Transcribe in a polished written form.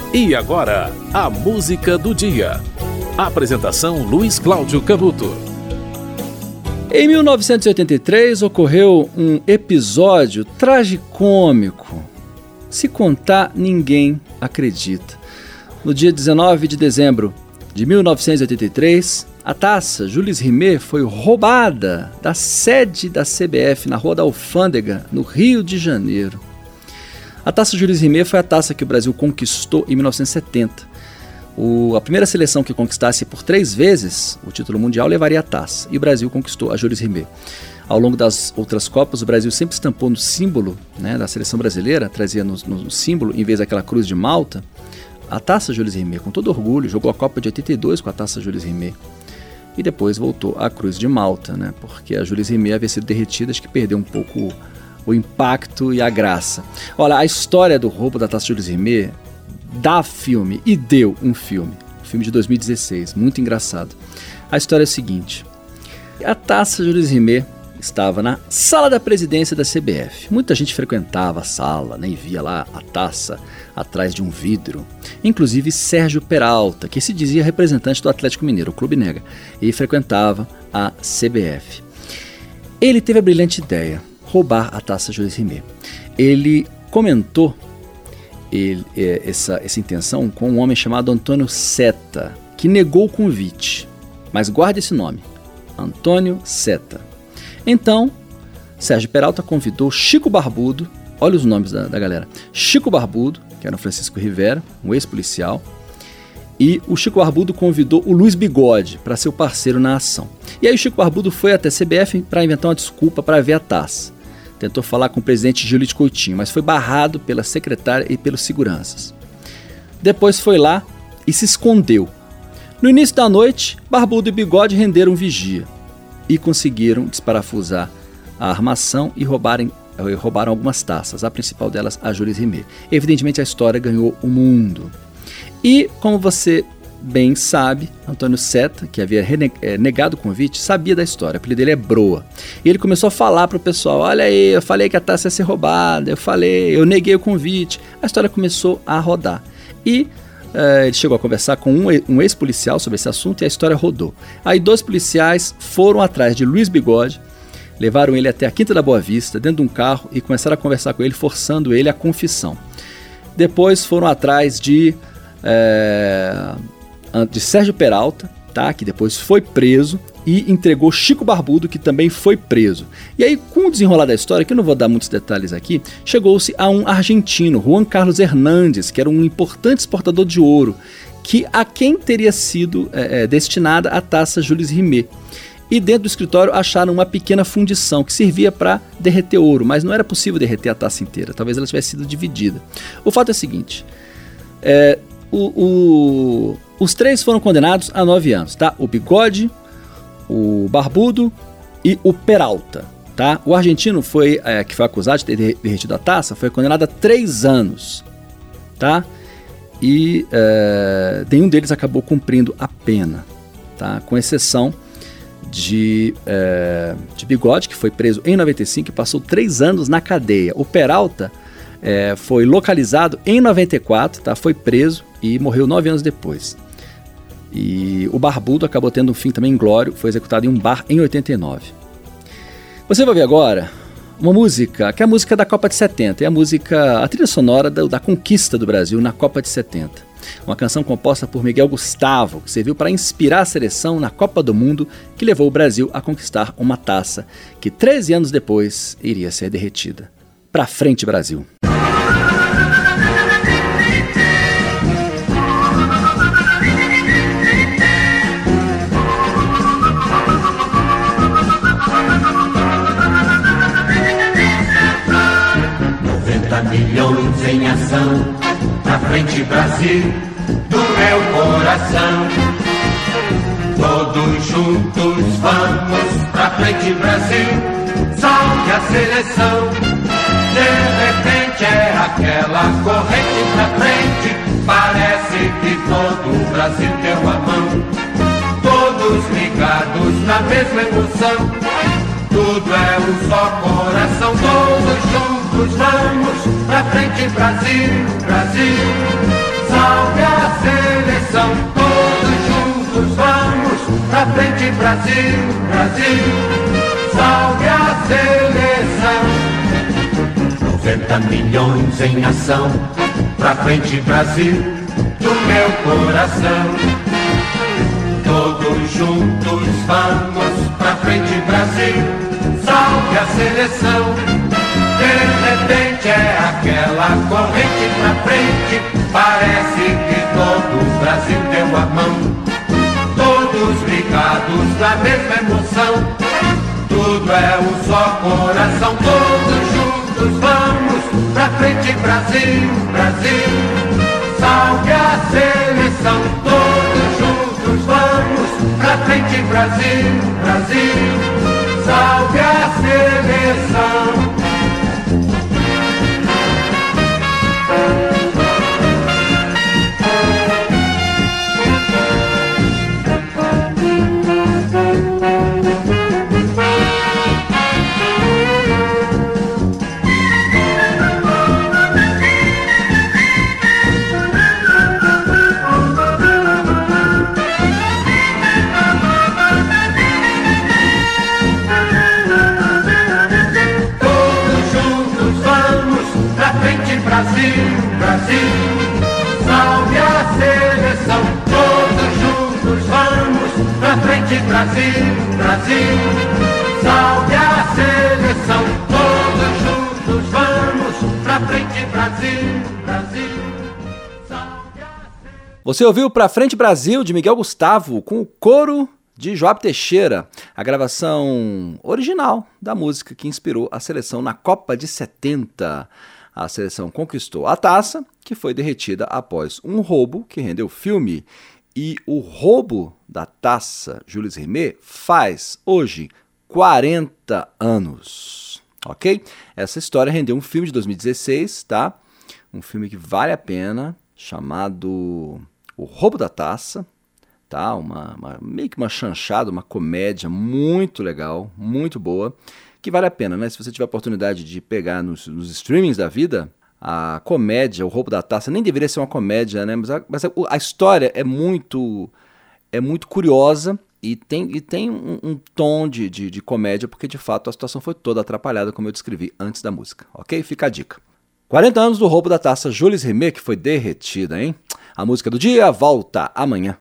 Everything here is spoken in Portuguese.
E agora, a música do dia. Apresentação Luiz Cláudio Canuto. Em 1983 ocorreu um episódio tragicômico. Se contar, ninguém acredita. No dia 19 de dezembro de 1983, a taça Jules Rimet foi roubada da sede da CBF na Rua da Alfândega, no Rio de Janeiro. A taça Jules Rimet foi a taça que o Brasil conquistou em 1970. A primeira seleção que conquistasse por 3 vezes o título mundial levaria a taça, e o Brasil conquistou a Jules Rimet. Ao longo das outras Copas, o Brasil sempre estampou no símbolo, da seleção brasileira, trazia no símbolo, em vez daquela cruz de Malta, a taça Jules Rimet, com todo orgulho. Jogou a Copa de 82 com a taça Jules Rimet. E depois voltou à cruz de Malta, porque a Jules Rimet havia sido derretida, acho que perdeu um pouco o impacto e a graça. Olha, a história do roubo da taça Jules Rimet dá filme, e deu um filme de 2016, muito engraçado. A história é a seguinte: a taça Jules Rimet estava na sala da presidência da CBF. Muita gente frequentava a sala, e via lá a taça atrás de um vidro. Inclusive Sérgio Peralta, que se dizia representante do Atlético Mineiro, o Clube Nega, e frequentava a CBF. Ele teve a brilhante ideia: roubar a taça Jules Rimet. Ele comentou essa intenção com um homem chamado Antônio Seta, que negou o convite. Mas guarde esse nome: Antônio Seta. Então, Sérgio Peralta convidou Chico Barbudo. Olha os nomes da galera: Chico Barbudo, que era o Francisco Rivera, um ex-policial, e o Chico Barbudo convidou o Luiz Bigode para ser o parceiro na ação. E aí o Chico Barbudo foi até a CBF para inventar uma desculpa para ver a taça. Tentou falar com o presidente Gilito Coutinho, mas foi barrado pela secretária e pelos seguranças. Depois foi lá e se escondeu. No início da noite, Barbudo e Bigode renderam vigia e conseguiram desparafusar a armação e roubaram algumas taças, a principal delas a Jules Rimet. Evidentemente a história ganhou o mundo. E, como você bem sabe, Antônio Seta, que havia negado o convite, sabia da história. O apelido dele é Broa. E ele começou a falar para o pessoal: olha aí, eu falei que a taça ia ser roubada, eu neguei o convite. A história começou a rodar. E ele chegou a conversar com um ex-policial sobre esse assunto, e a história rodou. Aí 2 policiais foram atrás de Luiz Bigode, levaram ele até a Quinta da Boa Vista, dentro de um carro, e começaram a conversar com ele, forçando ele à confissão. Depois foram atrás de Sérgio Peralta, que depois foi preso, e entregou Chico Barbudo, que também foi preso. E aí, com o desenrolar da história, que eu não vou dar muitos detalhes aqui, chegou-se a um argentino, Juan Carlos Hernández, que era um importante exportador de ouro, a quem teria sido destinada a taça Jules Rimet. E dentro do escritório acharam uma pequena fundição que servia para derreter ouro, mas não era possível derreter a taça inteira, talvez ela tivesse sido dividida. O fato é o seguinte: os 3 foram condenados a 9 anos, O Bigode, o Barbudo e o Peralta, O argentino que foi acusado de ter derretido a taça, foi condenado a 3 anos, E nenhum deles acabou cumprindo a pena, Com exceção de Bigode, que foi preso em 95 e passou 3 anos na cadeia. O Peralta foi localizado em 94, foi preso e morreu 9 anos depois. E o Barbudo acabou tendo um fim também inglório, foi executado em um bar em 89. Você vai ver agora uma música, que é a música da Copa de 70, é a trilha sonora da conquista do Brasil na Copa de 70. Uma canção composta por Miguel Gustavo, que serviu para inspirar a seleção na Copa do Mundo, que levou o Brasil a conquistar uma taça que 13 anos depois iria ser derretida. Pra frente, Brasil! Milhões em ação, pra frente Brasil, do meu coração. Todos juntos vamos, pra frente Brasil, salve a seleção. De repente é aquela corrente pra frente, parece que todo o Brasil deu a mão. Todos ligados na mesma emoção, tudo é um só coração. Todos juntos vamos, pra frente Brasil, Brasil, salve frente, Brasil, Brasil, salve a seleção. 90 milhões em ação, pra frente, Brasil, do meu coração. Todos juntos vamos pra frente, Brasil, salve a seleção. De repente é aquela corrente pra frente, parece que todo o Brasil deu a mão. Todos ligados na mesma emoção, tudo é um só coração. Todos juntos vamos pra frente, Brasil, Brasil, salve a seleção. Todos juntos vamos pra frente, Brasil, Brasil, salve a seleção. Brasil, Brasil, salve a seleção. Todos juntos vamos pra frente, Brasil, Brasil, salve a seleção. Todos juntos vamos pra frente, Brasil, Brasil, salve a seleção. Você ouviu Pra Frente Brasil, de Miguel Gustavo, com o coro de Joab Teixeira, a gravação original da música que inspirou a seleção na Copa de 70. A seleção conquistou a taça, que foi derretida após um roubo que rendeu filme. E o roubo da taça Jules Rimet faz, hoje, 40 anos. Ok? Essa história rendeu um filme de 2016, tá? Um filme que vale a pena, chamado O Roubo da Taça. Tá? Meio que uma chanchada, uma comédia muito legal, muito boa. Que vale a pena, né? Se você tiver a oportunidade de pegar nos streamings da vida, a comédia, O Roubo da Taça, nem deveria ser uma comédia, né? Mas a história é muito curiosa e tem um tom de comédia, porque de fato a situação foi toda atrapalhada, como eu descrevi antes da música, ok? Fica a dica. 40 anos do Roubo da Taça Jules Rimet, que foi derretida, hein? A música do dia volta amanhã.